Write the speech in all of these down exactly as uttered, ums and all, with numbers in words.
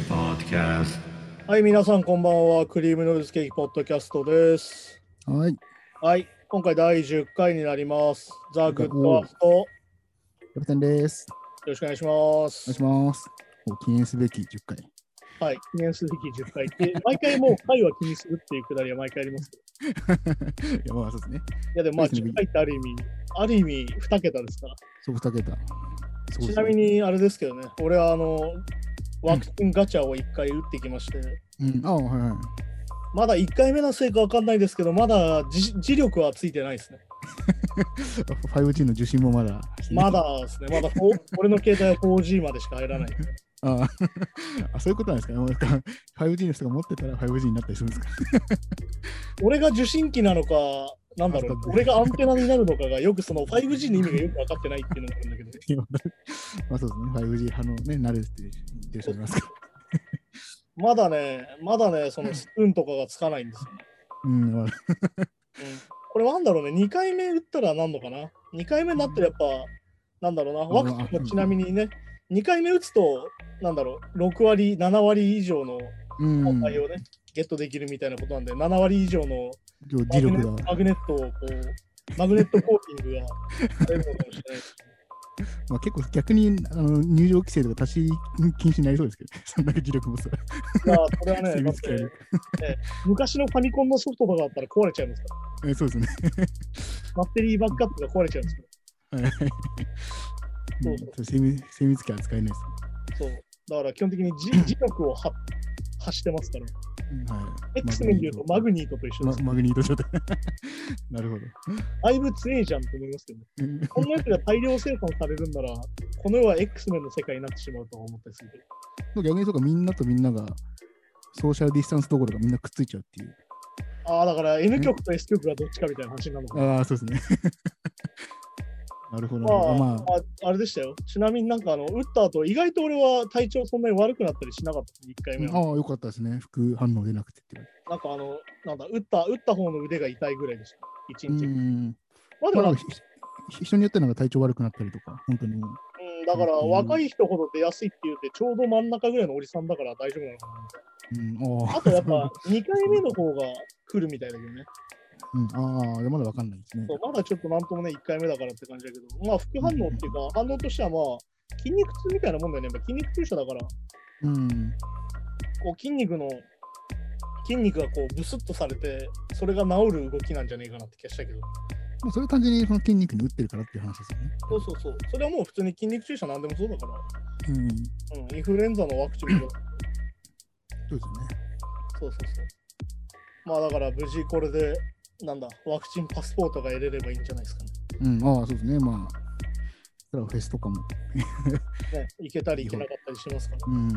Podcast. はい、皆さんこんばんは。クリームノイズケーキポッドキャストです。 はい。 はい、今回だいじゅっかいになります。ザ・グッドアースト。よキャプテンです。 ろしくお願いします。 お願いします。お記念すべきじゅっかい。 はい、記念すべきじゅっかいって、毎回もう回は気にするっていうくだりは毎回ありますけど。 いや、まあそうですね。 いや、でもまあじゅっかいってある意味、ある意味に桁ですから。 そう、に桁。 ちなみにあれですけどね、俺はあの、ワクチンガチャをいっかい打ってきまして、 うん、ああ、はいはい。 まだいっかいめのせいかわかんないですけど、まだ磁力はついてないですね。 ファイブジー の受信もまだ。 まだですね、まだ俺の携帯は フォージー までしか入らない。 ああ、そういうことなんですかね。ファイブジー の人が持ってたら ファイブジー になったりするんですか。 俺が受信機なのか、なんだろう、俺がアンテナになるのかがよくその ファイブジー の意味がよく分かってないっていうのがあるんだけど。 まあそうですね、ファイブジー 派のね、なるって言ってる人いますから。 まだね、まだね、そのスプーンとかがつかないんですよね。 うん、まあ、うん、 これなんだろうね、にかいめ打ったらなんのかな ?に 回目になってやっぱ、なんだろうな、ワクチンもちなみにね、にかいめ打つと、なんだろう、ろくわり、ななわり以上の抗体をね、ゲットできるみたいなことなんで、ななわり以上の磁力マグネットをこう、マグネットコーティングがされるのかもしれない。 まあ結構逆にあの入場規制とか足し禁止になりそうですけど、ね、そんだけ磁力もさ。 いや、これはね、だってね、昔のファミコンのソフトとかだったら壊れちゃいますから。 えそうですね。 バッテリーバックアップが壊れちゃうんですから。はい。 そうそう。精密機は使えないです。 そう。だから基本的に磁力を発してますから。はい、X 面で言うとマグニートと一緒です。 マ, マグニート状態。なるほど。 だいぶ強いじゃんと思いますけどね。こんなやつが大量生産されるんなら、この世は X 面の世界になってしまうと思ったりするけど。逆にそうか、みんなとみんながソーシャルディスタンスどころかみんなくっついちゃうっていう。 ああ、だから N 極と S 極がどっちかみたいな話になるのかな。 ああ、そうですね。なるほど。 まあ、まあ、あれでしたよ。ちなみになんかあの、打った後、意外と俺は体調そんなに悪くなったりしなかった、いっかいめは。 ああ、よかったですね。副反応出なくてって。 なんかあの、なんだ、打った、打った方の腕が痛いぐらいでした。一日。 うん。 まあでもなんか、 人によってなんか体調悪くなったりとか、本当に。うん、 だから若い人ほど出やすいって言うて、ちょうど真ん中ぐらいのおじさんだから大丈夫なのかなみたいな。うん、あ, あとやっぱにかいめの方が来るみたいだけどね。 うん、ああ、まだわかんないですね。 そうまだちょっとなんともね、いっかいめだからって感じだけど、まあ副反応っていうか、うん、反応としてはまあ、筋肉痛みたいなもんだよね。やっぱ筋肉注射だから、うん、こう筋肉の、筋肉がこうブスッとされて、それが治る動きなんじゃねえかなって気がしたけど。 まあ、それ単純にその筋肉に打ってるからっていう話ですよね。 そうそうそう。それはもう普通に筋肉注射なんでもそうだから。うん。うん、インフルエンザのワクチンもそうですよね。 そうそうそう。まあだから無事これで、なんだ、ワクチンパスポートが得れればいいんじゃないですかね。 うん、ああ、そうですね。まあ、それはフェスとかも。 ね、行けたり行けなかったりしますから。 うん。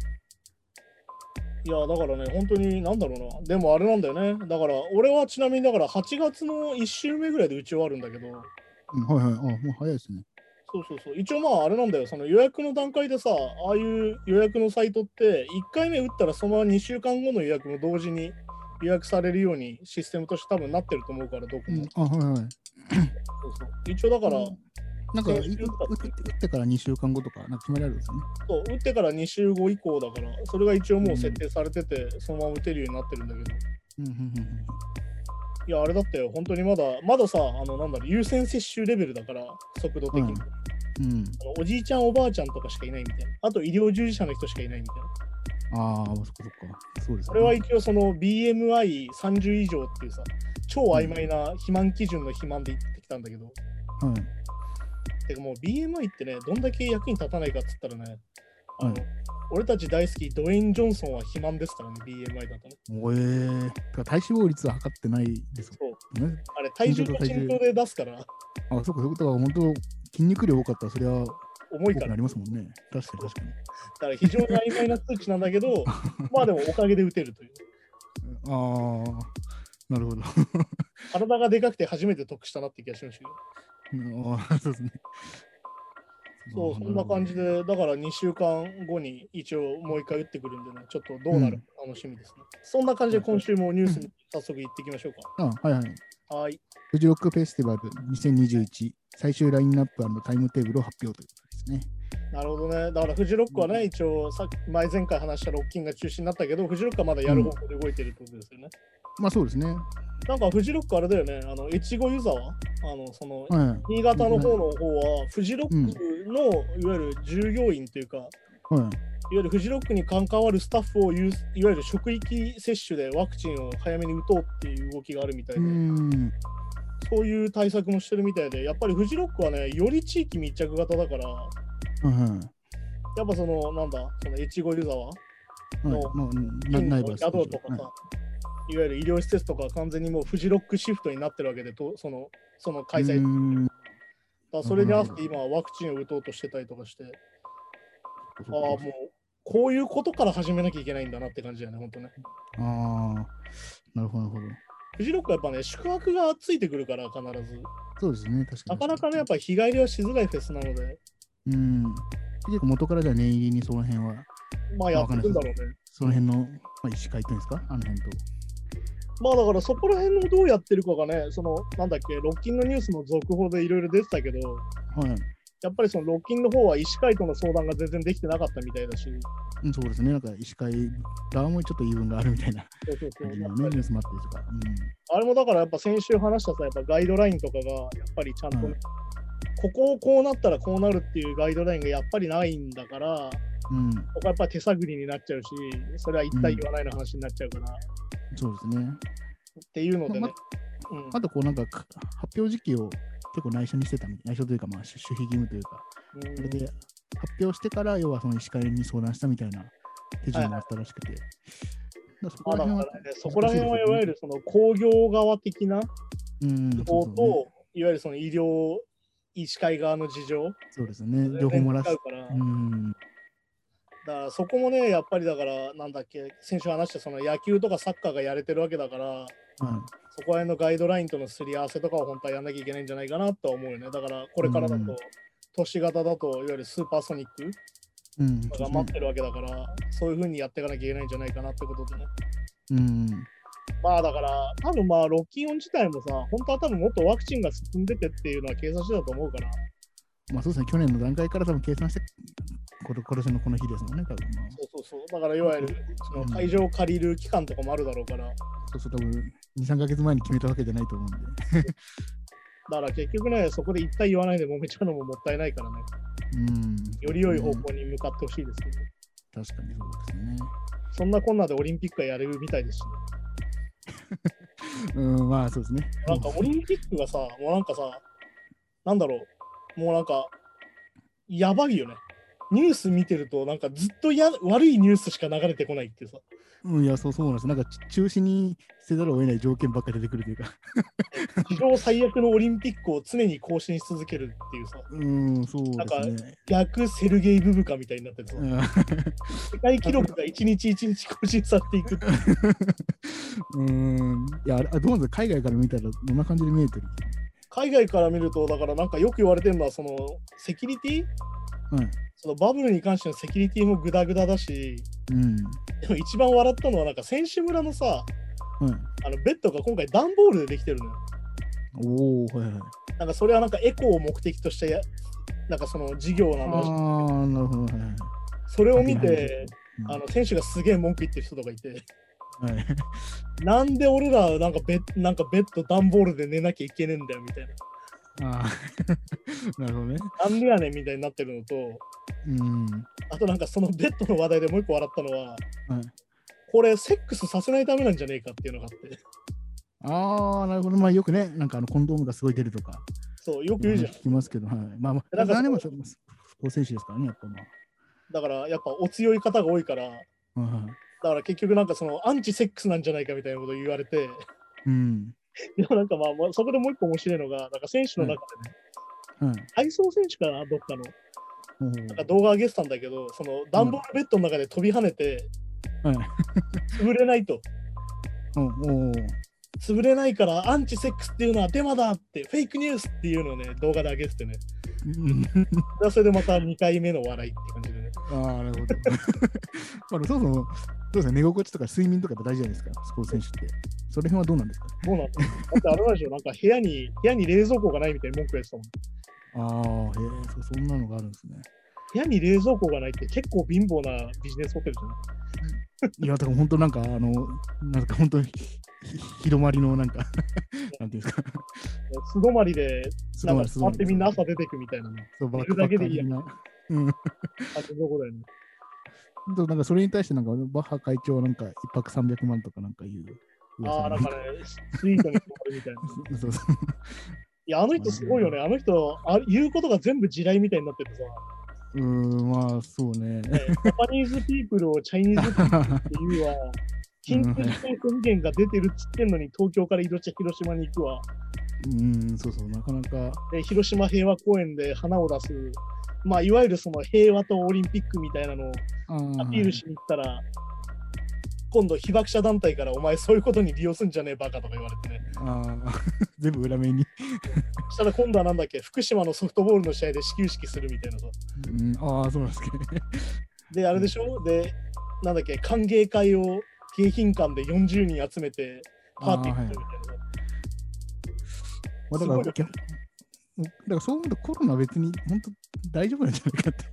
いや、だからね、本当に、なんだろうな。でもあれなんだよね。だから、俺はちなみに、だからはちがつのいっ週目ぐらいで打ち終わるんだけど。 うん、はいはい。あもう早いですね。 そうそうそう。一応まあ、あれなんだよ。その予約の段階でさ、ああいう予約のサイトって、いっかいめ打ったらそのままにしゅうかんごの予約も同時に予約されるようにシステムとして多分なってると思うから、どこも。 うん、あ、はいはい。そうそう。一応だから、うん、 なんか打ってからにしゅうかんごとか、なんか決まりあるんですよね。 そう、打ってからに週後以降だから、それが一応もう設定されてて、うん、そのまま打てるようになってるんだけど。うんうんうん、いや、あれだったよ、本当にまだ、まださ、あの、なんだろう、優先接種レベルだから、速度的に。うんうん、あのおじいちゃん、おばあちゃんとかしかいないみたいな。あと医療従事者の人しかいないみたいな。ああ、そっかそっか。そうですね。 これは一応その ビーエムアイさんじゅう 以上っていうさ、超曖昧な肥満基準の肥満で言ってきたんだけど。はい。てかもう ビーエムアイ ってね、どんだけ役に立たないかっつったらね、あの、うん、俺たち大好きドウェイン・ジョンソンは肥満ですからね、ビーエムアイ だとね。 おえー、体脂肪率は測ってないですもんね。 そう。あれ、体重と身長で出すから。 あ、そうか、そういうことは本当、筋肉量多かったらそれは重いから。 なりますもんね。確かに確かに。 だから非常に曖昧な数値なんだけど、まあでもおかげで打てるという。 ああ、なるほど。 体がでかくて初めて得したなって気がしましたけど。 うん、あそうですね。 そう、そんな感じで、だからにしゅうかんごに一応もう一回打ってくるんでね、ちょっとどうなるか楽しみですね。うん、そんな感じで今週もニュースに早速行っていきましょうか。 あ、はいはい。 はい。 フジロックフェスティバルにせんにじゅういち最終ラインナップ&タイムテーブルを発表ということですね。 なるほどね。だからフジロックはね、うん、一応さ前前回話したロッキンが中止になったけど、フジロックはまだやる方向で動いてるってことですよね。 うん、まあそうですね。 なんかフジロックあれだよね、あの越後湯沢、あのその、はい、新潟の方の方は、フジロックの、うん、いわゆる従業員というか、はい、いわゆるフジロックに関わるスタッフをいわゆる職域接種でワクチンを早めに打とうっていう動きがあるみたいで、うん、そういう対策もしてるみたいで、やっぱりフジロックはね、より地域密着型だから、うん、やっぱその、なんだ、その越後湯沢の近所の宿とかさ、はい、いわゆる医療施設とか完全にもうフジロックシフトになってるわけで、とそのその開催だそれに合わせて今はワクチンを打とうとしてたりとかして、ああ、もうこういうことから始めなきゃいけないんだなって感じだよね、ほんとね。 ああ、なるほど、なるほど。 フジロックはやっぱね、宿泊がついてくるから必ず。 そうですね、確かに。 なかなかね、やっぱ日帰りはしづらいフェスなので。 うん。結構元からじゃ念入りにその辺は。 まあやってるんだろうね。 その辺の、まあ、医師会っていうんですか、あの辺と。 まあだからそこら辺のどうやってるかがね、そのなんだっけ、ロッキンのニュースの続報でいろいろ出てたけど、はい、やっぱりそのロッキンの方は医師会との相談が全然できてなかったみたいだし。 うん、そうですね、なんか医師会側もちょっと言い分があるみたいな。そうそうそう。ニュースもあってですか、うん。 あれもだからやっぱ先週話したさ、やっぱガイドラインとかがやっぱりちゃんと、ね、はい、ここをこうなったらこうなるっていうガイドラインがやっぱりないんだから、うん、ここはやっぱり手探りになっちゃうし、それは一体言わないの話になっちゃうから。 うん、そうですね。 っていうのでね。 まうん、あとこうなんか発表時期を結構内緒にしてたみたいな、内緒というかまあ守秘義務というか、それで発表してから要はその医師会に相談したみたいな手順があったらしくて。 そこら辺は、そこら辺はいわゆるその工業側的な事情と、いわゆるその医療医師会側の事情。 そうですね。両方もらうから。うんだからそこもね、やっぱりだから、なんだっけ、先週話したその野球とかサッカーがやれてるわけだから、うん、そこら辺のガイドラインとのすり合わせとかを本当はやんなきゃいけないんじゃないかなとは思うよね。だからこれからだと、うん、都市型だと、いわゆるスーパーソニックが待ってるわけだから、うん、そういう風にやっていかなきゃいけないんじゃないかなってことでね。うん、まあだから、多分まあ、ロッキンオン自体もさ、本当は多分もっとワクチンが進んでてっていうのは計算してたと思うから。 まあそうですね、去年の段階から多分計算して、これ、これのこの日ですもんね、多分、まあ。 そうそうそう。だからいわゆるその会場を借りる期間とかもあるだろうから。うん、 そうそう、多分に、さんかげつまえに決めたわけじゃないと思うんで。 だから結局ね、そこで一体言わないで揉めちゃうのももったいないからね。うん。より良い方向に向かってほしいですけど、ね。 確かにそうですね。 そんなこんなでオリンピックはやれるみたいですしね。うん、まあそうですね。 なんかオリンピックがさ、もうなんかさ、なんだろう、もうなんか、やばいよね。ニュース見てると、なんかずっとや悪いニュースしか流れてこないってさ。 うん、いや、そうそうなんです。なんか中止にせざるを得ない条件ばっかり出てくるというか。 史上最悪のオリンピックを常に更新し続けるっていうさ。 うん、そうですね。 なんか逆セルゲイ・ブブカみたいになってさ。うん、世界記録が一日一日更新されていくっていう。 うん。いや、あどうなんですか、海外から見たらどんな感じで見えてる？ 海外から見ると、だからなんかよく言われてるのは、そのセキュリティ、うん、そのバブルに関してのセキュリティもグダグダだし、うん、でも一番笑ったのはなんか選手村のさ、うん、あのベッドが今回段ボールでできてるのよ。 おー、はいはい。 なんかそれはなんかエコを目的としたやなんかその事業なんだし、 あー、なるほど、はい。 それを見て、うん、あの選手がすげえ文句言ってる人とかいて、はい、なんで俺らなんかベッなんかベッド段ボールで寝なきゃいけねえんだよみたいな。 あなるほどね。 なんでやねんみたいになってるのと、うん、あとなんかそのベッドの話題でもう一個笑ったのは、はい、これセックスさせないためなんじゃねえかっていうのがあって。 ああ、なるほど。まあよくね、なんかあのコンドームがすごい出るとか。 そう、よく言うじゃん。 聞きますけど、はい。まあまあ、なんかでもスポーツ選手ですからね、やっぱまあ。 だからやっぱお強い方が多いから、うん、だから結局なんかそのアンチセックスなんじゃないかみたいなことを言われて、うん。でもなんかまあ、まあ、そこでもう一個面白いのが、なんか選手の中でね、はい、体操選手かな、どっかの、うん、なんか動画上げてたんだけど、その段ボールベッドの中で飛び跳ねて、うん、潰れないと。うん、潰れないからアンチセックスっていうのはデマだって、フェイクニュースっていうのをね、動画で上げててね。それでまたにかいめの笑いって感じでね。 ああ、なるほど。まあ、そもそも、そうですね、寝心地とか睡眠とかって大事じゃないですか、スポーツ選手って。それ辺はどうなんですか？ どうなんですか？だってあれなんでしょ、なんか部屋に、部屋に冷蔵庫がないみたいに文句やってたもん。 ああ、へえ、そんなのがあるんですね。 部屋に冷蔵庫がないって結構貧乏なビジネスホテルじゃないいや、だから本当なんか、あの、なんか本当に広まりのなんか、なんていうんですか。 素泊まりで、なんか座ってみんな朝出てくみたいなの。 そう、バックだけでいいや。 うん。あとどこだよね。 なんかそれに対してなんかバッハ会長はなんか一泊さんびゃくまんとかなんか言う。 ああ、なんかね、スイートに泊まるみたいな。そうそう。いや、あの人すごいよね。あの人、あ言うことが全部地雷みたいになっててさ。 うーん、まあそうね。 ジャパニーズピープルをチャイニーズピープルっていうは、緊急事態宣言が出てるっつってんのに、東京から移動して広島に行くわ。 うん、そうそう、なかなか。 で、広島平和公園で花を出す、まあ、いわゆるその平和とオリンピックみたいなのをアピールしに行ったら、今度被爆者団体からお前そういうことに利用すんじゃねえバカとか言われてね。 ああ、全部裏目に。 そしたら今度はなんだっけ、福島のソフトボールの試合で始球式するみたいなさ。 うん、ああ、そうなんですけどね。 で、あれでしょで、なんだっけ、歓迎会を迎賓館でよんじゅうにん集めてパーティーするみたいな。 まあ、だから、だからそう思うとコロナ別に本当大丈夫なんじゃないかって。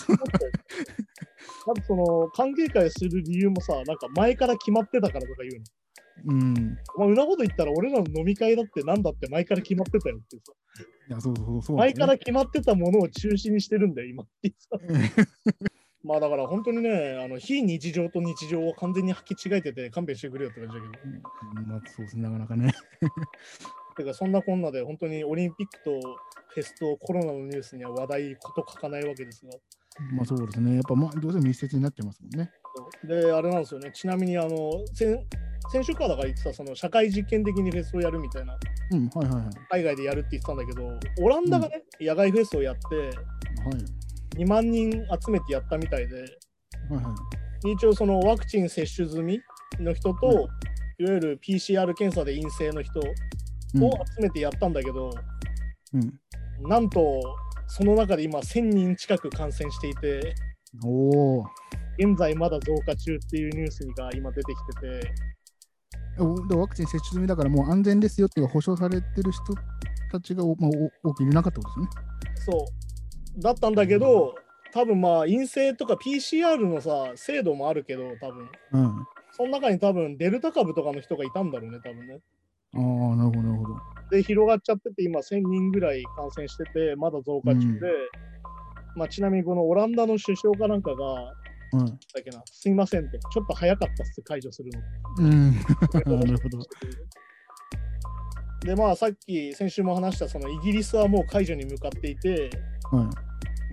なんかその歓迎会する理由もさ、なんか前から決まってたからとか言うの。うん。まあ、うなこと言ったら俺らの飲み会だってなんだって前から決まってたよってさ。 いや、そうそうそう、 ね。前から決まってたものを中止にしてるんだよ、今ってさ。まあだから本当にね、あの非日常と日常を完全に履き違えてて勘弁してくれよって感じだけど。 うん、まあそうですね、なかなかね。 てかそんなこんなで本当にオリンピックとフェスとコロナのニュースには話題こと書かないわけですが。 まあそうですね。やっぱまあどうしても密接になってますもんね。 で、あれなんですよね。ちなみにあの先先週からだから言ってたその社会実験的にフェスをやるみたいな、 うんはいはいはい、 海外でやるって言ってたんだけど、オランダがね、うん、野外フェスをやって、はい、にまんにん集めてやったみたいで、はいはい、一応そのワクチン接種済みの人と、うん、いわゆる ピーシーアール 検査で陰性の人を集めてやったんだけど、うん、なんとその中で今せんにん近く感染していて、お現在まだ増加中っていうニュースが今出てきてて、 ワクチン接種済みだからもう安全ですよっていう保証されてる人たちが、まあ、多くいなかったことですね。そうだったんだけど、多分まあ陰性とか ピーシーアール のさ精度もあるけど、多分、うん、その中に多分デルタ株とかの人がいたんだろうね、多分ね。 ああ、なるほどなるほど。 で広がっちゃってて今せんにんぐらい感染しててまだ増加中で、うん、まあ、ちなみにこのオランダの首相かなんかが、うん、だっけな、すいませんと、ちょっと早かったっす、解除するの。うん、なるほど。で、まあ、さっき、先週も話した、そのイギリスはもう解除に向かっていて、はい、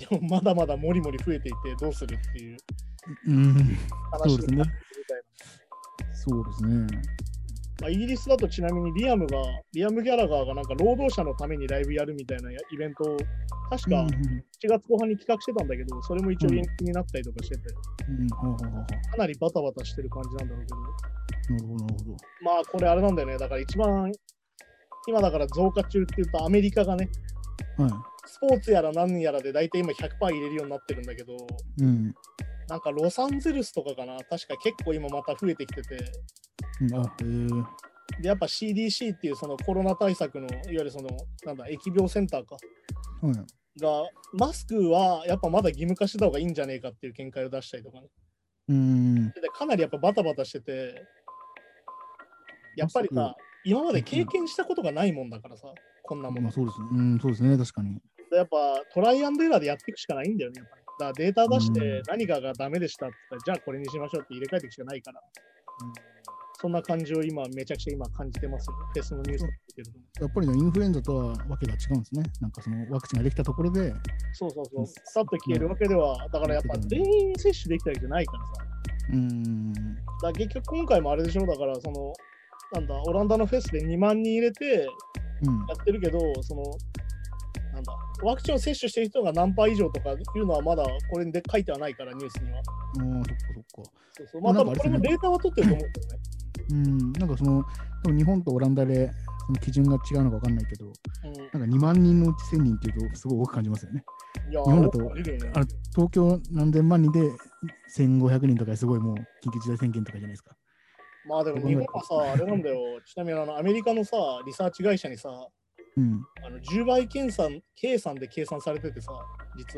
でもまだまだもりもり増えていて、どうするっていう話になってるみたいな。 そうですね。 まあ、イギリスだとちなみにリアムが、リアム・ギャラガーがなんか労働者のためにライブやるみたいなイベントを、確かしちがつこう半に企画してたんだけど、それも一応延期になったりとかしてて、うん、かなりバタバタしてる感じなんだろうけど。なるほど、なるほど。まあ、これあれなんだよね。だから一番、今だから増加中っていうと、アメリカがね、はい、スポーツやら何やらで大体今 ひゃくパーセント 入れるようになってるんだけど、うん、なんかロサンゼルスとかかな、確か結構今また増えてきてて、うん、あへーでやっぱ シーディーシー っていうそのコロナ対策のいわゆるそのなんだ疫病センターか、はい、がマスクはやっぱまだ義務化してた方がいいんじゃねえかっていう見解を出したりとかね。うんでかなりやっぱバタバタしてて、やっぱりさ今まで経験したことがないもんだからさ、うん、こんなもの、 まあ、そうですね、うん、そうですね、確かに。 やっぱトライアンドエラーでやっていくしかないんだよね。やっぱりだからデータ出して何かがダメでしたって言ったら、じゃあこれにしましょうって入れ替えていくしかないから。うんそんな感じを今、めちゃくちゃ今感じてますよ。フェスのニュースを見てると。 やっぱりね、インフルエンザとはわけが違うんですね。なんかそのワクチンができたところで。 そうそうそう。さっと消えるわけでは、だからやっぱ全員接種できたわけじゃないからさ。うん。だから結局今回もあれでしょ、だからその、なんだ、オランダのフェスでにまんにん入れてやってるけど、うん、その、なんだ、ワクチンを接種してる人が何パー以上とかいうのはまだこれで書いてはないから、ニュースには。ああ、そっかそっか。そうそう。まあ多分これもデータは取ってると思うんだよね。 うん、なんかその日本とオランダでその基準が違うのか分かんないけど、うん、なんかにまんにんのうちせんにんっていうとすごい多く感じますよね。いや日本だと、ね、あ東京何千万人でせんごひゃくにんとかすごいもう緊急事態宣言とかじゃないですか。 まあでも日本はさ、あれなんだよ、ちなみにあのアメリカのさ、リサーチ会社にさ、うん、あのじゅうばい計算、計算で計算されててさ、実は。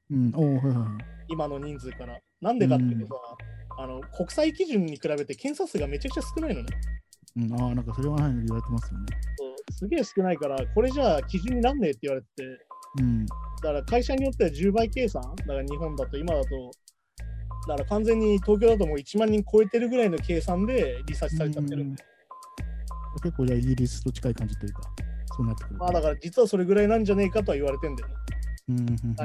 うん、おはいはい、 今の人数から。なんでかっていうとさ、うん、あの国際基準に比べて検査数がめちゃくちゃ少ないのね。 うん、ああ、なんかそれは言われてますよね。 そうすげえ少ないから、これじゃあ基準になんねえって言われてて、うん、だから会社によってはじゅうばい計算、だから日本だと今だと、だから完全に東京だともういちまんにん超えてるぐらいの計算でリサーチされちゃってるんで。 うん、結構じゃあイギリスと近い感じというか、そうなってくる。 まあだから実はそれぐらいなんじゃねえかとは言われてんだよね。うん、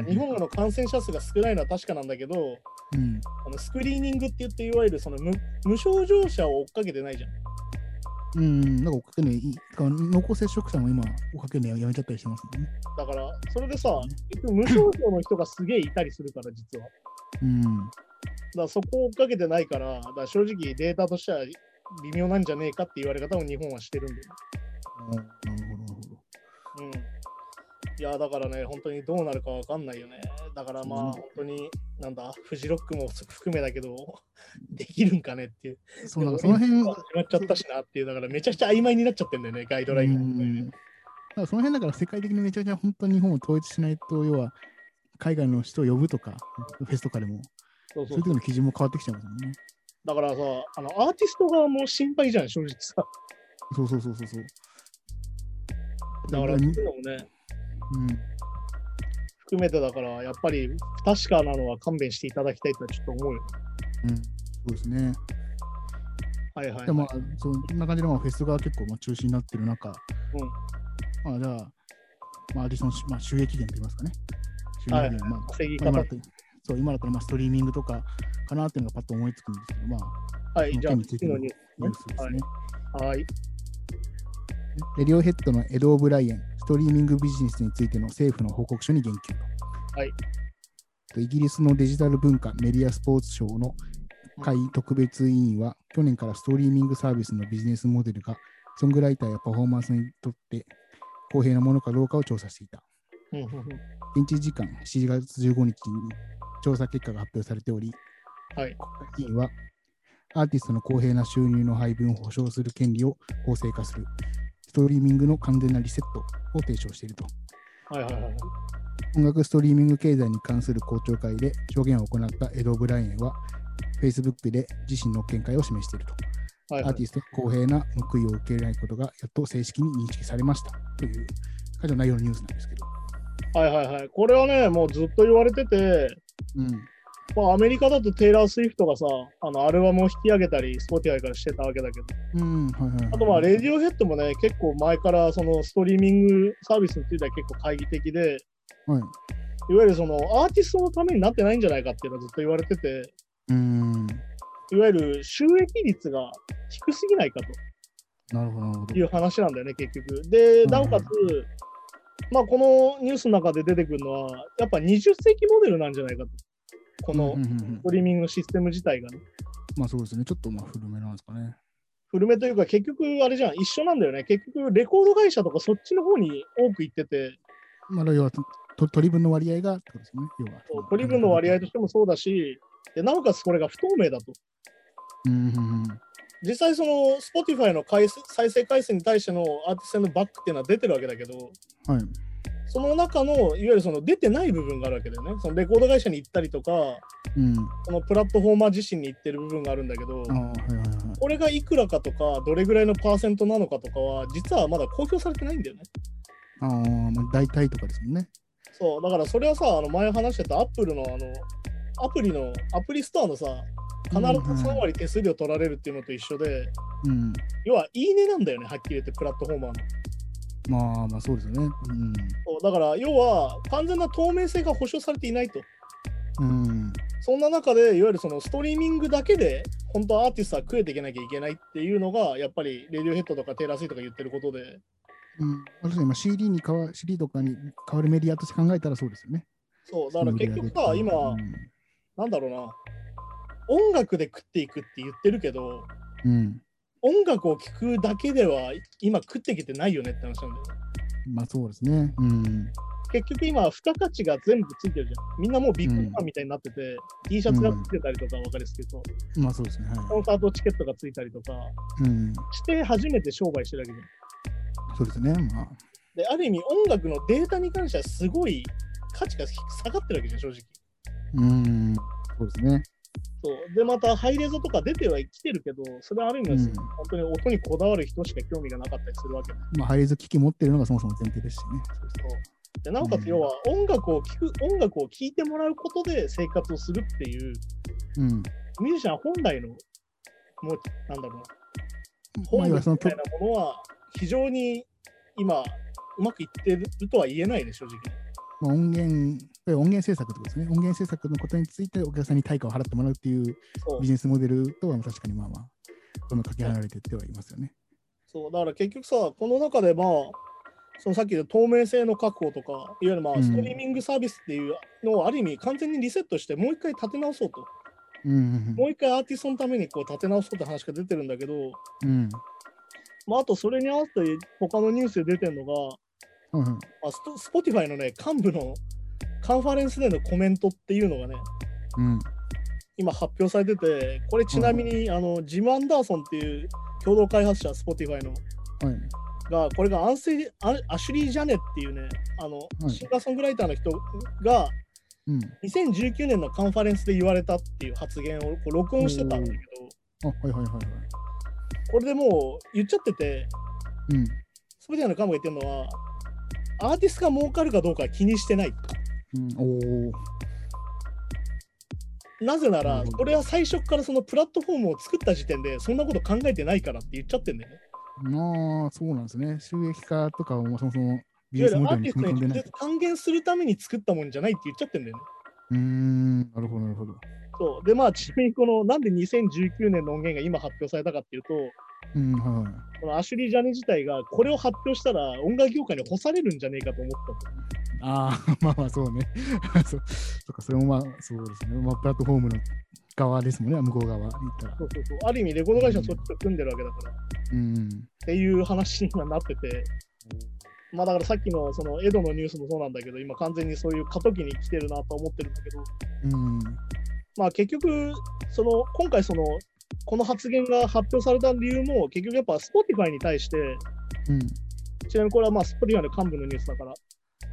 日本の感染者数が少ないのは確かなんだけど、うん、あのスクリーニングって言っていわゆるその 無, 無症状者を追っかけてないじゃん。 うん、なんか追っかけない濃厚接触者も今追っかけないやめちゃったりしてますもんね。 だからそれでさ、無症状の人がすげえいたりするから実は。うん。だからそこを追っかけてないから、だから正直データとしては微妙なんじゃねえかって言われ方も日本はしてるんだよね。なるほどなるほど。うん。いやだからね、本当にどうなるかわかんないよね。だからまあ、うん、本当になんだ、フジロックも含めだけど、できるんかねっていう。 そうだ、その辺始まっちゃったしなっていう、だからめちゃくちゃ曖昧になっちゃってんだよね、ガイドラインが。うん、 だからその辺だから世界的にめちゃくちゃ本当に日本を統一しないと、要は海外の人を呼ぶとか、フェスとかでも、そうそうそう、そういうの基準も変わってきちゃいますもんね。 だからさ、あのアーティスト側も心配じゃん、正直さ。 そうそうそうそうそう。 だから、そういうのもね。うん、含めてだからやっぱり不確かなのは勘弁していただきたいとはちょっと思うよ。 うん、そうですね。はいはい、はい。でも、まあ、そんな感じでまあフェスが結構まあ中止になってる中、うん、まあじゃあ、まあ、アーティストの、まあ、収益源といいますかね。収益源、はい、まあ、稼ぎ方、まあ、今だとそう今だったらまあストリーミングとかかなっていうのがパッと思いつくんですけど、まあ、 はい、じゃあ次のニュースですね。はい。はい、 レディオヘッドのエド・オブライエン、ストリーミングビジネスについての政府の報告書に言及と。はい、イギリスのデジタル文化メディアスポーツ省の会特別委員は、去年からストリーミングサービスのビジネスモデルがソングライターやパフォーマンスにとって公平なものかどうかを調査していた。現地時間しちがつじゅうごにちに調査結果が発表されており、はい、国会議員はアーティストの公平な収入の配分を保障する権利を法制化するストリーミングの完全なリセットを提唱していると。はいはいはい、音楽ストリーミング経済に関する公聴会で証言を行ったエド・オブライエンは、Facebook で自身の見解を示していると。はいはい、アーティストが公平な報いを受け入れないことがやっと正式に認識されましたという感じの内容のニュースなんですけど。 はいはいはい。これはね、もうずっと言われてて、うん、まあ、アメリカだとテイラー・スウィフトがさ、あのアルバムを引き上げたり、Spotify からしてたわけだけど、うんはいはいはい、あとまあ、レディオヘッドもね、結構前からそのストリーミングサービスについては結構懐疑的で、はい、いわゆるそのアーティストのためになってないんじゃないかっていうのはずっと言われてて、うんいわゆる収益率が低すぎないかと。なるほど。いう話なんだよね、結局。で、なおかつ、まあ、このニュースの中で出てくるのは、やっぱにじゅっせいきモデルなんじゃないかと。このストリーミングのシステム自体がね。 まあそうですね、ちょっとまあ古めなんですかね。 古めというか、結局あれじゃん、一緒なんだよね。結局、レコード会社とかそっちの方に多く行ってて。 まあ、要は取り分の割合がってことですね。要はそう取り分の割合としてもそうだし、でなおかつこれが不透明だと。うんうんうん、実際その Spotify の回再生回数に対してのアーティストのバックっていうのは出てるわけだけど、はい、その中のいわゆるその出てない部分があるわけだよね。そのレコード会社に行ったりとか、うん、そのプラットフォーマー自身に行ってる部分があるんだけど、はいはいはい、これがいくらかとかどれぐらいのパーセントなのかとかは実はまだ公表されてないんだよね。 ああ、まあ、大体とかですもんね。 そうだからそれはさ、あの前話してたアップルのあのアプリのアプリストアのさ、必ずさんわり手数料取られるっていうのと一緒で、うん、要はいいねなんだよね、はっきり言ってプラットフォーマーの。 まあまあそうですよね。うん、 そうだから要は完全な透明性が保証されていないと。うん、そんな中でいわゆるそのストリーミングだけで本当はアーティストは食えていけなきゃいけないっていうのがやっぱりレディオヘッドとかテイラー・スウィフトが言ってることで。 うん、私今 シーディー に変わ シーディー とかに変わるメディアとして考えたらそうですよね。 そうだから結局さ、今、うん、なんだろうな、音楽で食っていくって言ってるけど、うん、音楽を聴くだけでは今食っていけてないよねって話なんだよね。 まあそうですね。うん、 結局今付加価値が全部ついてるじゃん。みんなもうビッグファンみたいになってて、うん、T シャツがついてたりとか分かりやすけど、 うん、まあそうですね。はい、 コンサートチケットがついたりとか、うん、して初めて商売してるわけじゃん。 そうですね。まあ、 である意味音楽のデータに関してはすごい価値が下がってるわけじゃん、正直。 うーん、そうですね。 そうで、またハイレゾとか出てはきてるけど、それはある意味、うん、本当に音にこだわる人しか興味がなかったりするわけで。 まあ、ハイレゾ機器持ってるのがそもそも前提ですしね。 そうでなおかつ、要は音楽を聴く、音楽を聴いてもらうことで生活をするっていう、うん、ミュージシャン本来の、もう、なんだろうな、本来みたいなものは非常に今、うまくいってるとは言えないね、正直。 まあ、音源、音源制作ってことですね。音源制作のことについてお客さんに対価を払ってもらうっていうビジネスモデルとは確かにまあまあ、このかけ離れていってはいますよね。 そう、だから結局さ、この中でまあ、そのさっきの透明性の確保とか、いわゆるまあストリーミングサービスっていうのをある意味完全にリセットして、もう一回立て直そうと。うんうんうん、もう一回アーティストのためにこう立て直そうって話が出てるんだけど、うんまあ、あとそれに合わせて他のニュースで出てるのが、うんまあ、スポティファイのね、幹部のカンファレンスでのコメントっていうのがね、うん、今発表されてて、これちなみに、うん、あのジム・アンダーソンっていう共同開発者、スポティファイの、はい、が、これがアンセアアシュリー・ジャネっていうね、あの、はい、シンガーソングライターの人が、うん、にせんじゅうきゅうねんのカンファレンスで言われたっていう発言をこう録音してたんだけど、あ、はいはいはいはい。これでもう言っちゃってて、うん、スポティファイの幹部が言ってるのは、アーティストが儲かるかどうかは気にしてない。うん、おなぜなら、これは最初からそのプラットフォームを作った時点でそんなこと考えてないからって言っちゃってんだよね。 ああ、そうなんですね。収益化とかもそもそもビジネスモデルに組み込んでない。 還元するために作ったもんじゃないって言っちゃってんだよね。 うーん、なるほど、なるほど。 そう。で、まあ、ちなみにこの、なんでにせんじゅうきゅうねんの音源が今発表されたかっていうと、うんはい、このアシュリー・ジャネ自体がこれを発表したら音楽業界に干されるんじゃねえかと思ったと。 ああ、まあまあそうね。そ, そかそれもまあそうですね。まあ、プラットフォームの側ですもんね、向こう側言ったら。 そうそうそう。ある意味、レコード会社はそっちと組んでるわけだから。うん、っていう話に今なってて。まあだからさっきのそのエドのニュースもそうなんだけど、今完全にそういう過渡期に来てるなと思ってるんだけど、うん、まあ結局、その今回その、この発言が発表された理由も結局やっぱ Spotify に対して、うん、ちなみにこれはまあ Spotify の幹部のニュースだから、はい、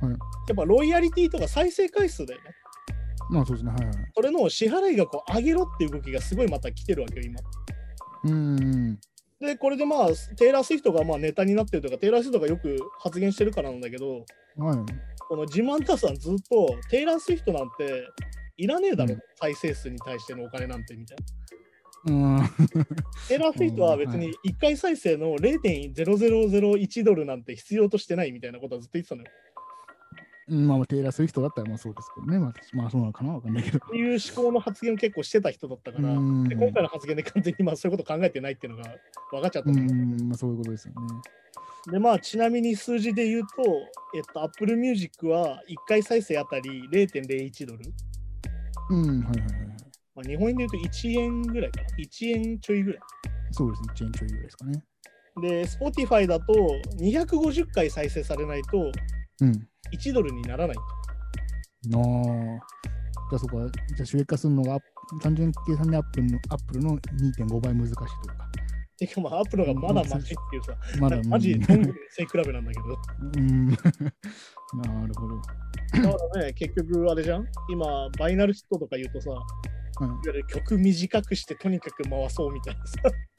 やっぱロイヤリティとか再生回数だよね。 まあそうですね、はいはい。 それの支払い額を上げろっていう動きがすごいまた来てるわけよ、今。うんで、これでまあ、テイラー・スウィフトがまあネタになってるとか、テイラー・スウィフトがよく発言してるからなんだけど、はい、このジム・アンダーソンずっと、テイラー・スウィフトなんていらねえだろ、うん、再生数に対してのお金なんてみたいな。うん、テイラー・スウィフトは別にいっかい再生の ゼロてんゼロゼロゼロいち ドルなんて必要としてないみたいなことはずっと言ってたのよ。 まあ、テイラー・スウィフトだったらまあそうですけどね。まあ、まあ、そうなのかなわかんないけど。 っていう思考の発言を結構してた人だったから、で今回の発言で完全にまあそういうこと考えてないっていうのが分かっちゃったんだけど、 うん、まあ、そういうことですよね。 で、まあ、ちなみに数字で言うと、えっと、Apple Music はいっかい再生あたり ゼロてんゼロいち ドル。うん、はいはいはい。まあ、日本円で言うといちえんぐらいかな。いちえんちょいぐらい。 そうですね、いちえんちょいぐらいですかね。 で、Spotify だとにひゃくごじゅっかい再生されないと、うん、いちドルにならないと。 ああ。じゃあそこは、じゃあ収益化するのが単純計算でアップルの、アップルの にてんごばい難しいというか。 てかまあ、アップルがまだマジっていうさ、まだマジロング背比べなんだけど。うん。なるほど。 だからね、結局あれじゃん今、バイナルヒットとか言うとさ、はい、いわゆる曲短くしてとにかく回そうみたいなさ。 うん、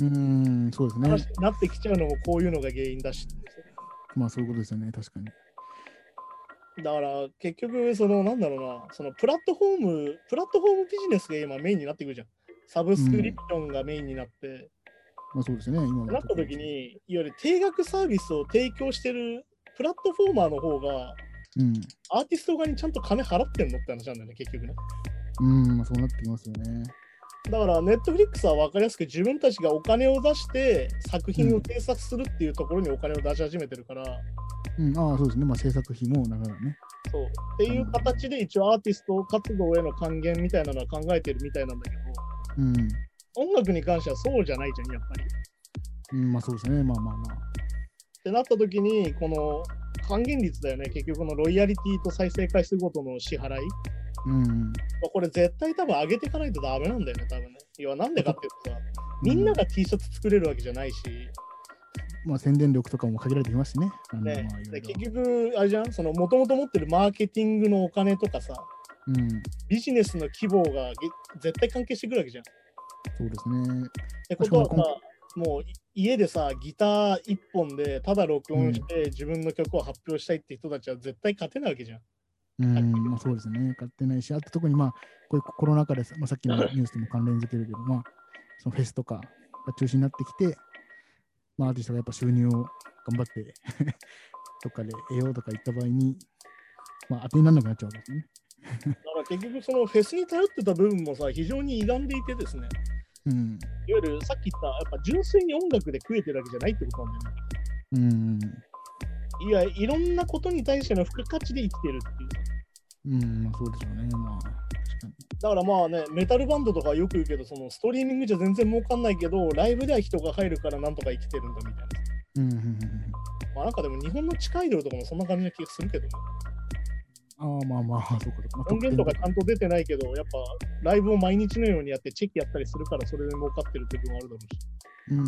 そうですね。 なってきちゃうのもこういうのが原因だし。 まあそういうことですよね、確かに。 だから結局そのなんだろうなそのプラットフォームプラットフォームビジネスが今メインになってくるじゃん。サブスクリプションがメインになって、うん、 まあそうですね今なった時にいわゆる定額サービスを提供してるプラットフォーマーの方が、うん、アーティスト側にちゃんと金払ってんのって話なんだよね結局ね。 うんまあそうなってきますよね。 だからネットフリックスは分かりやすく自分たちがお金を出して作品を制作するっていうところにお金を出し始めてるから、 うん、ああそうですね、まあ、制作費もながらね。 そうっていう形で一応アーティスト活動への還元みたいなのは考えてるみたいなんだけど、うん、音楽に関してはそうじゃないじゃんやっぱり。 うん、まあそうですね、まあまあまあ。 ってなった時にこの還元率だよね結局のロイヤリティと再生回数ごとの支払い。うん、これ絶対多分上げていかないとダメなんだよね多分ね。要はなんでかっていうとさみんなが T シャツ作れるわけじゃないし、 まあ、宣伝力とかも限られてきますしね。 ねまあ、で結局、あれじゃん、そのもともと持ってるマーケティングのお金とかさ、うん、ビジネスの規模が絶対関係してくるわけじゃん。 そうですね。 ってことはさ、もう家でさ、ギター一本でただ録音して自分の曲を発表したいって人たちは絶対勝てないわけじゃん。 うん、まあ、そうですね。勝てないし、あと特にまあ、こういうコロナ禍で、まあ、さっきのニュースとも関連づけるけど、まあ、そのフェスとかが中止になってきて、まあ、アーティストがやっぱ収入を頑張ってどっかで得ようとか言った場合に、まあ、当てにならなくなっちゃうわけですね。 だから結局そのフェスに頼ってた部分もさ、非常に歪んでいてですね、うん、いわゆるさっき言った、やっぱ純粋に音楽で食えてるわけじゃないってことなんだよね。うん、いや、いろんなことに対しての付加価値で生きてるっていうさ。 うん、まあそうでしょうね。まあ、確かに。 だからまあね、メタルバンドとかよく言うけど、そのストリーミングじゃ全然儲かんないけど、ライブでは人が入るからなんとか生きてるんだみたいな。うんうんうん、まあなんかでも日本の地下アイドルとかもそんな感じな気がするけどね。 ああまあまあ、そうかそうか。音源とかちゃんと出てないけど、やっぱライブを毎日のようにやってチェキやったりするからそれで儲かってるっていうのがあるだろうし。うん。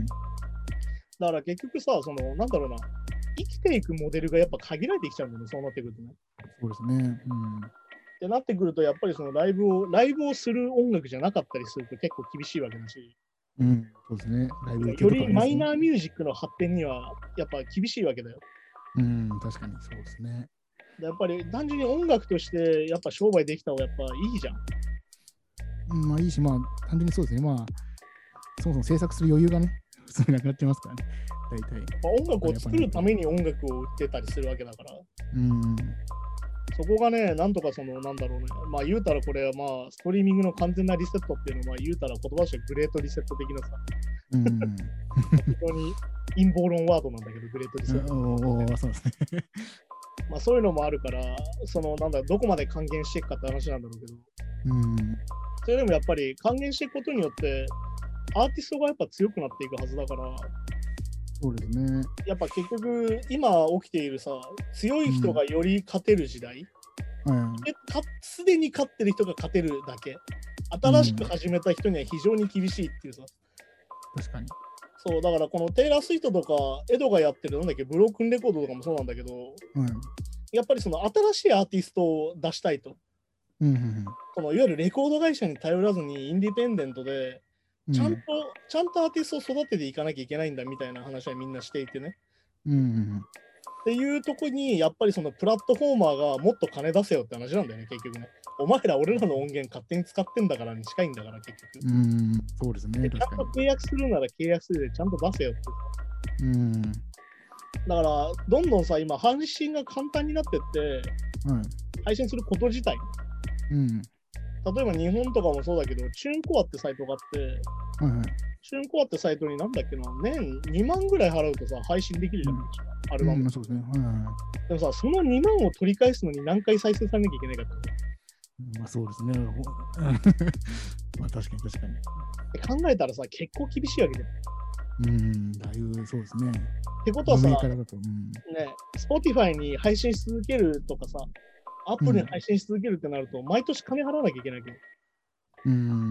だから結局さ、そのなんだろうな、生きていくモデルがやっぱ限られてきちゃうんだよね、そうなってくるとね。 そうですね。うん。 ってなってくると、やっぱりそのライブを、ライブをする音楽じゃなかったりすると結構厳しいわけだし。 うん、そうですね。ライブよりマイナーミュージックの発展にはやっぱ厳しいわけだよ。 うん、確かにそうですね。 やっぱり単純に音楽としてやっぱ商売できた方がやっぱいいじゃん。 うん、まあいいし、まあ単純にそうですね。まあそもそも制作する余裕がね、普通になくなっちゃいますからね。大体。 まあ、音楽を作るために音楽を売ってたりするわけだから。うん。そこがね、なんとかその、なんだろうね。まあ言うたらこれはまあ、ストリーミングの完全なリセットっていうのは、まあ言うたら言葉としてグレートリセット的なさ。うん。非常に陰謀論ワードなんだけど、グレートリセット。おお、そうですね。まあそういうのもあるから、その、なんだ、どこまで還元していくかって話なんだろうけど。うん。それでもやっぱり還元していくことによって、アーティストがやっぱ強くなっていくはずだから、 そうですね。 やっぱ結局、今起きているさ、強い人がより勝てる時代、すで、うん、に勝ってる人が勝てるだけ、新しく始めた人には非常に厳しいっていうさ。 うん、確かに。 そう、だからこのテイラー・スウィフトとか、エドがやってる、なんだっけ、ブロークンレコードとかもそうなんだけど、うん、やっぱりその新しいアーティストを出したいと。うんうんうん、このいわゆるレコード会社に頼らずに、インディペンデントで、ちゃんと、うん、ちゃんとアーティストを育てていかなきゃいけないんだみたいな話はみんなしていてね。うんうん、っていうとこに、やっぱりそのプラットフォーマーがもっと金出せよって話なんだよね、結局ね。お前ら俺らの音源勝手に使ってんだからに近いんだから、結局。 うん、そうですね。 ちゃんと契約するなら契約するでちゃんと出せよって。うん。だから、どんどんさ、今、配信が簡単になってって、うん、配信すること自体。うん。例えば日本とかもそうだけど、チューンコアってサイトがあって、はいはい、チューンコアってサイトになんだっけな、年にまんぐらい払うとさ、配信できるじゃないですか、うん、アルバム、うん、そうですね。はいはい、でもさ、そのにまんを取り返すのに何回再生されなきゃいけないかって。 まあそうですね。まあ確かに確かに。考えたらさ、結構厳しいわけじゃん。 うん、だいぶそうですね。 ってことはさ、うん、ね、Spotify に配信し続けるとかさ、アップルに配信し続けるってなると、うん、毎年金払わなきゃいけないけど。うん、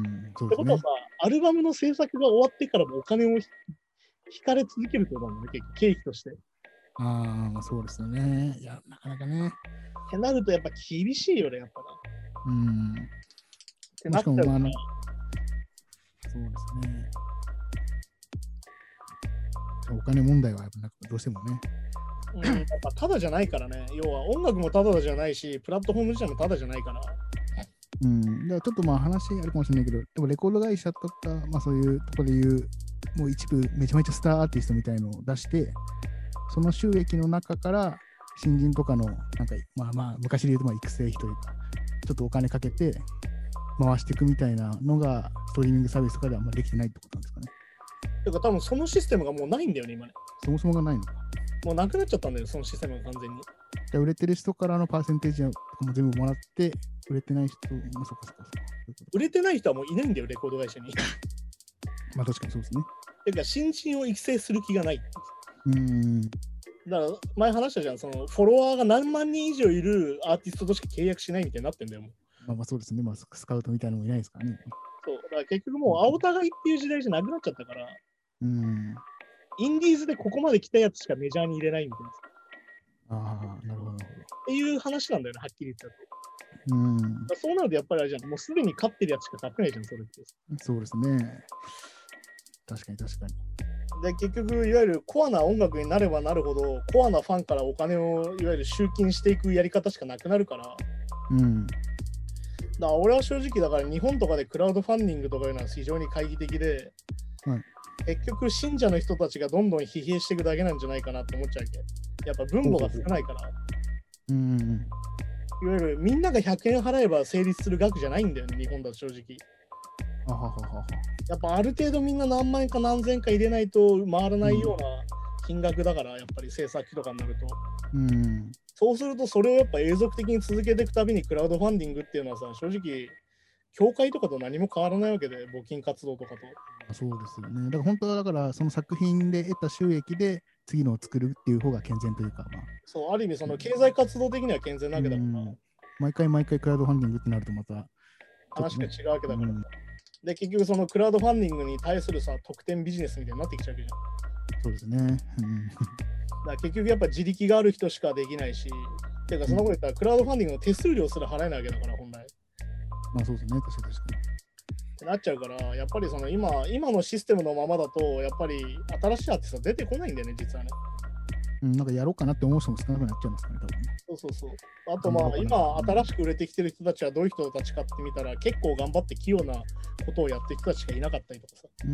そうですね。ってことはさ、アルバムの制作が終わってからもお金を引かれ続けるってことなんだね、結構経費として。 ああ、そうですよね。いや、なかなかね。 ってなるとやっぱ厳しいよね、やっぱな。うん。ってなっちゃうから。そうですね。お金問題はやっぱどうしてもね。 うん、やっぱただじゃないからね。要は音楽もただじゃないし、プラットフォーム自体もただじゃないから。 うん。だからちょっとまあ話あるかもしれないけど、でもレコード会社とか、まあそういうところでいう、もう一部めちゃめちゃスターアーティストみたいのを出して、その収益の中から新人とかの、なんかまあまあ昔で言うとまあ育成費というか、ちょっとお金かけて回していくみたいなのが、ストリーミングサービスとかではあんまりできてないってことなんですかね。 てか多分そのシステムがもうないんだよね、今ね。 そもそもがないのか。 もうなくなっちゃったんだよ、そのシステムが完全に。 じゃ売れてる人からのパーセンテージとかも全部もらって、売れてない人、まあ、そっかそっかそっか。 売れてない人はもういないんだよ、レコード会社に。 まあ確かにそうですね。 てか、新人を育成する気がない。うん。だから前話したじゃん、そのフォロワーが何万人以上いるアーティストとしか契約しないみたいになってんだよ、もう。 まあまあそうですね、まあスカウトみたいなのもいないですからね。 そう、だから結局もう青互いっていう時代じゃなくなっちゃったから。うん。 インディーズでここまで来たやつしかメジャーに入れないみたいな。ああ、なるほど。っていう話なんだよね、はっきり言ったと。 うん。 そうなるとやっぱりあれじゃん、もうすでに勝ってるやつしか勝ってないじゃん、それって。 そうですね。確かに確かに。 で、結局、いわゆるコアな音楽になればなるほど、コアなファンからお金をいわゆる集金していくやり方しかなくなるから。 うん。 だから俺は正直だから日本とかでクラウドファンディングとかいうのは非常に懐疑的で、はい、結局信者の人たちがどんどん疲弊していくだけなんじゃないかなって思っちゃうけど、やっぱ分母が少ないから。 うん。 いわゆるみんながひゃくえん払えば成立する額じゃないんだよね、日本だと正直。 あはははやっぱある程度みんな何万円か何千円か入れないと回らないような金額だから、やっぱり制作費とかになると。 うん、 そうするとそれをやっぱ永続的に続けていくたびにクラウドファンディングっていうのはさ、正直、教会とかと何も変わらないわけで、募金活動とかと。 そうですよね。だから本当はだからその作品で得た収益で次のを作るっていう方が健全というか、まあ、 そう、ある意味その経済活動的には健全なわけだから、うん、 毎回毎回クラウドファンディングってなるとまた話が違うわけだから、うん、で結局そのクラウドファンディングに対するさ特典ビジネスみたいになってきちゃうわけじゃん。 そうですね、うん、だから結局やっぱ自力がある人しかできないし、てかそのこと言ったらクラウドファンディングの手数料すら払えないわけだから本来。 まあそうですね、確かに確かに。 ってなっちゃうから、やっぱりその 今, 今のシステムのままだと、やっぱり新しいアーティスト出てこないんだよね、実はね。 うん、なんかやろうかなって思う人も少なくなっちゃいますからね、多分ね。 そうそうそう。あとまあ、今、新しく売れてきてる人たちはどういう人たちかって見たら、結構頑張って器用なことをやってる人たちしかいなかったりとかさ。 うん、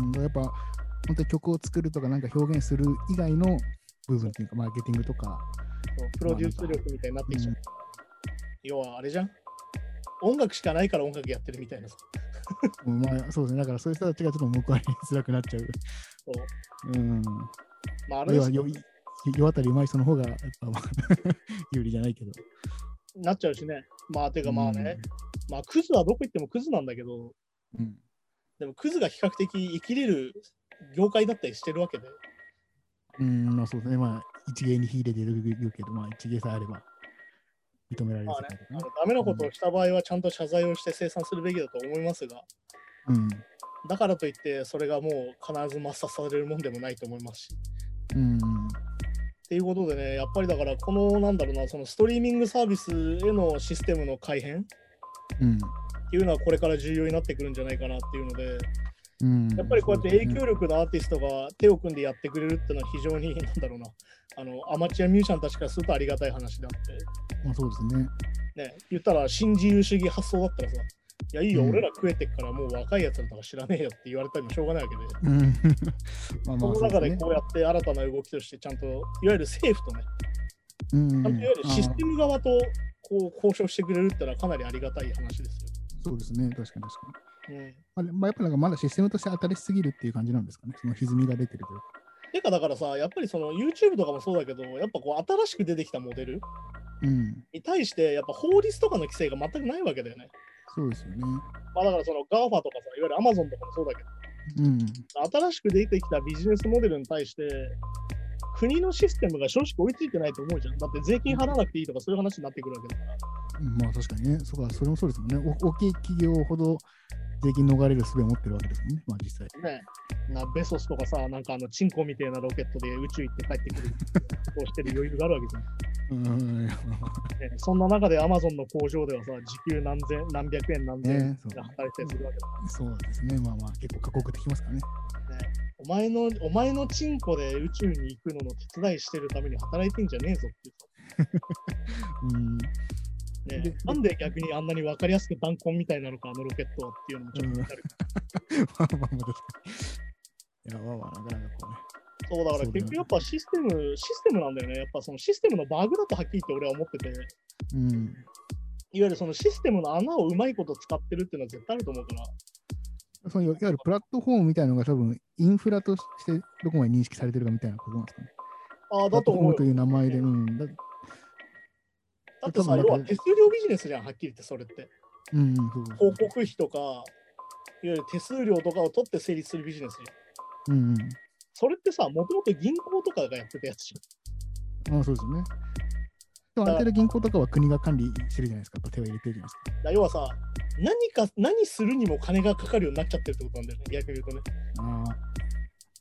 やっぱ、本当に曲を作るとか、なんか表現する以外の部分っていうか、マーケティングとか。 そうプロデュース力みたいになってきちゃう。うん、要は、あれじゃん。音楽しかないから音楽やってるみたいなさ。 うん、まあ、そうですね。だからそういう人たちがちょっと報われづらくなっちゃう。そう。うん。まあ、あれは世渡りうまい人の方がやっぱ有利じゃないけど。 なっちゃうしね。まあ、てかまあね、うん、まあ、クズはどこ行ってもクズなんだけど、うん、でもクズが比較的生きれる業界だったりしてるわけで。 うん、まあそうですね。まあ、一芸に秀でてるけど、まあ、一芸さえあれば認められる、ね。まあね、 あのダメなことをした場合はちゃんと謝罪をして清算するべきだと思いますが、うん、だからといってそれがもう必ず抹殺されるもんでもないと思いますし。うんっていうことでね、やっぱりだからこのなんだろうな、そのストリーミングサービスへのシステムの改変、うん、っていうのはこれから重要になってくるんじゃないかなっていうので、うん、やっぱりこうやって影響力のアーティストが手を組んでやってくれるっていうのは非常になんだろうな、あのアマチュアミュージシャンたちからするとありがたい話であって、 まあ、そうですね。 ね、言ったら新自由主義発想だったらさ、いやいいよ、うん、俺ら食えてっからもう若いやつらとか知らねえよって言われたりもしょうがないわけで、うん、まあまあその中でこうやって新たな動きとしてちゃんといわゆる政府とね、うん、ちゃんといわゆるシステム側とこう交渉してくれるってのはかなりありがたい話ですよ。 そうですね、確かに確かに。うんまあ、やっぱなんかまだシステムとして新しすぎるっていう感じなんですかね、その歪みが出てるというか。 てかだからさ、やっぱりその YouTube とかもそうだけど、やっぱこう新しく出てきたモデル、うん、に対してやっぱ法律とかの規制が全くないわけだよね。 そうですよね。 まあだからその ガーファ とかさ、いわゆる Amazon とかもそうだけど、うん、新しく出てきたビジネスモデルに対して国のシステムが正直追いついてないと思うじゃん。だって税金払わなくていいとかそういう話になってくるわけだから。 うん、まあ確かにね、そうか、それもそうですもんね。大きい企業ほど税金逃れる術を持ってるわけですもんね、まあ実際。 ねなベソスとかさ、なんかあのチンコみたいなロケットで宇宙行って帰ってくるこうしてる余裕があるわけじゃん。うんね、そんな中でアマゾンの工場ではさ、時給何千何百円何千円で働いたりするわけだから、 ね、そうですね、まあまあ結構過酷できますからね。ねお前のお前のチンコで宇宙に行くのの手伝いしてるために働いてんじゃねえぞっていう。うんね、でなんで逆にあんなに分かりやすく弾痕みたいなのか、あのロケットはっていうのもちょっと気になる。まあまあまあ確かに。いや、まあまあなかなかこうね。そうだから結局やっぱシステム、システムなんだよね。やっぱそのシステムのバグだとはっきり言って俺は思ってて、うん、いわゆるそのシステムの穴をうまいこと使ってるっていうのは絶対あると思うから。 そのいわゆるプラットフォームみたいなのが多分インフラとしてどこまで認識されてるかみたいなことなんですかね。 ああ、だと思う。 プラットフォームという名前で、うん。だだってさ、要は手数料ビジネスじゃん、はっきり言ってそれって。うん、そうそう広告費とか、いわゆる手数料とかを取って成立するビジネスじゃん。うん、うん。それってさ、もともと銀行とかがやってたやつじゃん。ああ、そうですよね。でもある程度銀行とかは国が管理してるじゃないですか、手を入れてるじゃないですか。 だ要はさ、何か、何するにも金がかかるようになっちゃってるってことなんだよね、逆に言うとね。あ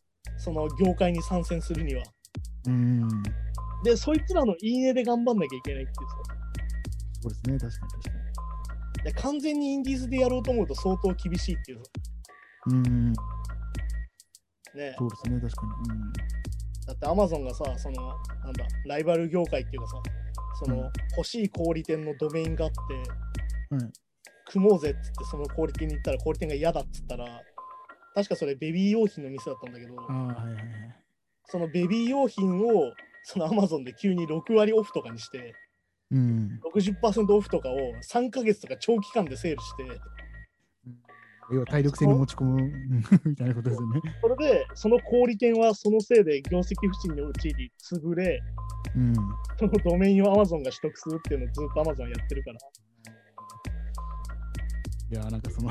その業界に参戦するには。 うん。 で、そいつらのいいねで頑張んなきゃいけないっていうさ。 そうですね、確かに確かに。 で完全にインディーズでやろうと思うと相当厳しいっていうさ。 うん。ね、 そうですね、確かに。うん、 だってアマゾンがさ、その、なんだ、ライバル業界っていうかさ、その、うん、欲しい小売店のドメインがあって、うん、組もうぜっつってその小売店に行ったら小売店が嫌だっつったら、確かそれベビー用品の店だったんだけど、 あ、はいはいはい、 そのベビー用品をそのアマゾンで急にろくわりオフとかにして、うん、ろくじゅっパーセント オフとかをさんかげつとか長期間でセールして、 要は体力性に持ち込むみたいなことですよね。 それでその小売店はそのせいで業績不振に陥り潰れ、うん、そのドメインをアマゾンが取得するっていうのをずっとアマゾンやってるから。 いや、なんかその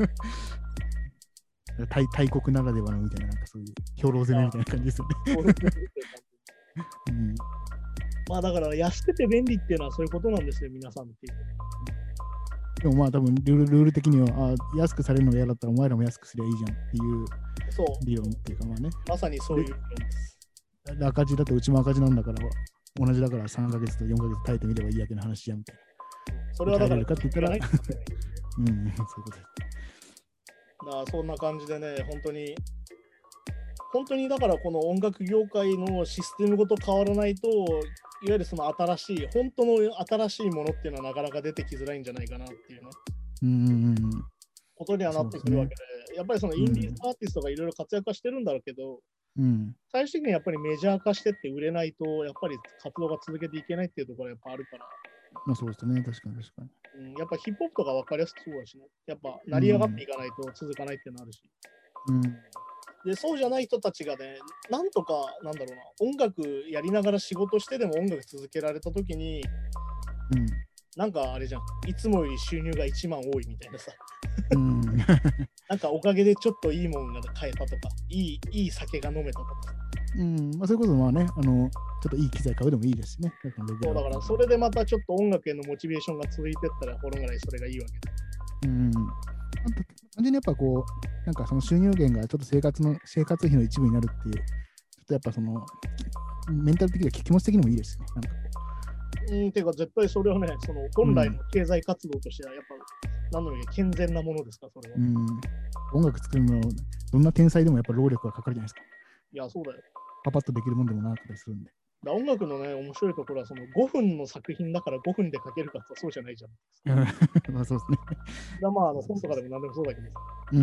大, 大国ならではのみたいな、なんかそういう兵糧攻めみたいな感じですよね。 うん、まあだから安くて便利っていうのはそういうことなんですよ、皆さんっていう。 でもまあ多分ルール、ルール的にはあ安くされるのが嫌だったらお前らも安くすりゃいいじゃんっていう理論っていうかまあね。 まさにそういう理論です。 赤字だってうちも赤字なんだから同じだからさんかげつとよんかげつ耐えてみればいいやけの話じゃんみたいな。 それはだからかって言ったら、うん、そういうことです。 だからそんな感じでね、本当に、本当にだからこの音楽業界のシステムごと変わらないと、いわゆるその新しい、本当の新しいものっていうのはなかなか出てきづらいんじゃないかなっていうね、 うんことにはなってくるわけで、でね、やっぱりそのインディーズアーティストがいろいろ活躍はしてるんだろうけど、うん、最終的にやっぱりメジャー化してって売れないと、やっぱり活動が続けていけないっていうところがやっぱあるから。 まあそうですね、確かに確かに。 うん、やっぱヒップホップとか分かりやすくそうだしね。やっぱ成り上がっていかないと続かないっていうのあるし。うん、で、そうじゃない人たちがね、なんとか、なんだろうな、音楽やりながら仕事してでも音楽続けられたときに、うん、なんかあれじゃん、いつもより収入がいちまん多いみたいなさ。うん、なんかおかげでちょっといいもんが買えたとか、いい、いい酒が飲めたとか。 うん、まあ、そういうことまあね、あの、ちょっといい機材買うでもいいですしね。 そうだから、それでまたちょっと音楽へのモチベーションが続いてったら、ほろぐらいそれがいいわけで。 うん。あと、単純にやっぱこう、なんかその収入源がちょっと生活の、生活費の一部になるっていう、ちょっとやっぱその、メンタル的には気持ち的にもいいですしね。なんかこう。うん、ていうか絶対それはね、その本来の経済活動としてはやっぱ、何のより健全なものですか、それは。うん。 音楽作るの、どんな天才でもやっぱ労力がかかるじゃないですか。 いや、そうだよ。 パパッとできるもんでもなかったりするんで。 音楽のね、面白いところは、そのごふんの作品だからごふんで書けるかってそうじゃないじゃん。 まあそうですね。 だまあ、あの本とかでも何でもそうだけどさ。 うん。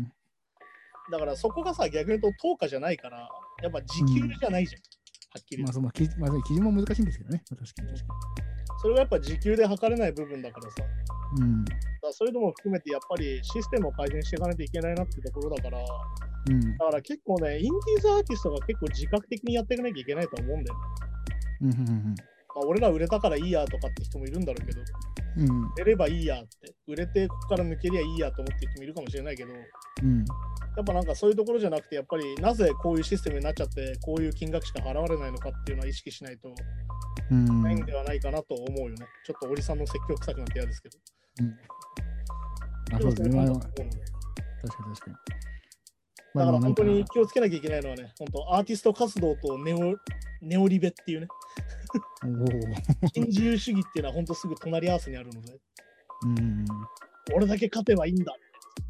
だからそこがさ、逆に言うと等価じゃないから、やっぱ時給じゃないじゃん。うん、はっきり言うと。 まあそう、まあ、まあ、基準も難しいんですけどね。確かに確かに。 それがやっぱ時給で測れない部分だからさ。 うん。 だからそういうのも含めて、やっぱりシステムを改善していかないといけないなっていうところだから、うん、だから結構ね、インディーズアーティストが結構自覚的にやっていかなきゃいけないと思うんだよ。うんうんうん、まあ、俺ら売れたからいいやとかって人もいるんだろうけど、うん、売れればいいやって、売れてここから抜けりゃいいやと思ってる人もいるかもしれないけど、うん、やっぱなんかそういうところじゃなくて、やっぱりなぜこういうシステムになっちゃって、こういう金額しか払われないのかっていうのは意識しないとないんではないかなと思うよね。ちょっとおじさんの説教臭くなって嫌ですけど。うん、 あ、そうですね。確かに確かに。 だから本当に気をつけなきゃいけないのはね、本当アーティスト活動とネオ、ネオリベっていうね。新自由主義っていうのは本当すぐ隣り合わせにあるので、うん俺だけ勝てばいいんだ。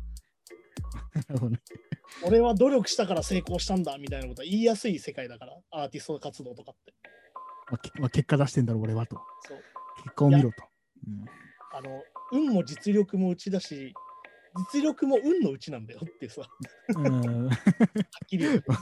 俺は努力したから成功したんだみたいなことは言いやすい世界だから、アーティスト活動とかって。 まあまあ、結果出してんだろ俺はと。そう結果を見ろと。 うん、あの運も実力もうちだし、実力も運のうちなんだよってさ。うん、はっきり言う。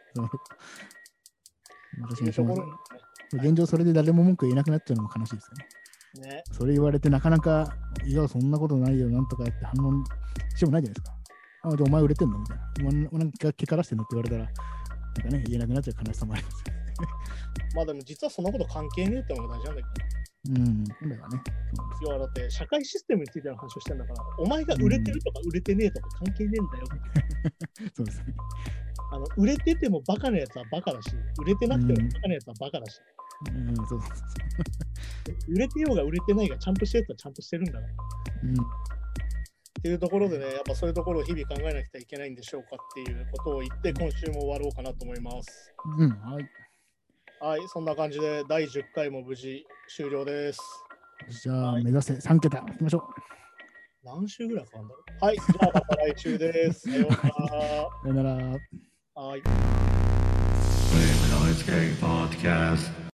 私もそう、現状それで誰も文句言えなくなっちゃうのも悲しいですよね。ね、それ言われてなかなか、いや、そんなことないよ、なんとかやって反応してもないじゃないですか。あ、じゃあお前売れてんのみたいな。お前なんか結果出してんのって言われたら、なんかね、言えなくなっちゃう悲しさもありますよね。 まあでも実はそんなこと関係ねえってのが大事なんだけど。 うん、本来はね。 要はだって社会システムについての話をしてんだから、お前が売れてるとか売れてねえとか関係ねえんだよ。 うん、そうですね。 あの売れててもバカなやつはバカだし、売れてなくてもバカなやつはバカだし。 うん、うん、そうそうそう。 売れてようが売れてないがちゃんとしてるやつはちゃんとしてるんだから。うん。っっていうところでね、やっぱそういうところを日々考えなきゃいけないんでしょうかっていうことを言って、今週も終わろうかなと思います。 うん、はい。 はい、そんな感じでだいじゅっかいも無事終了です。 じゃあ、はい、目指せさんけたいきましょう。何週ぐらいかかるんだろう。はい、じゃあまた来週です。さようなら。 さよなら。 はい。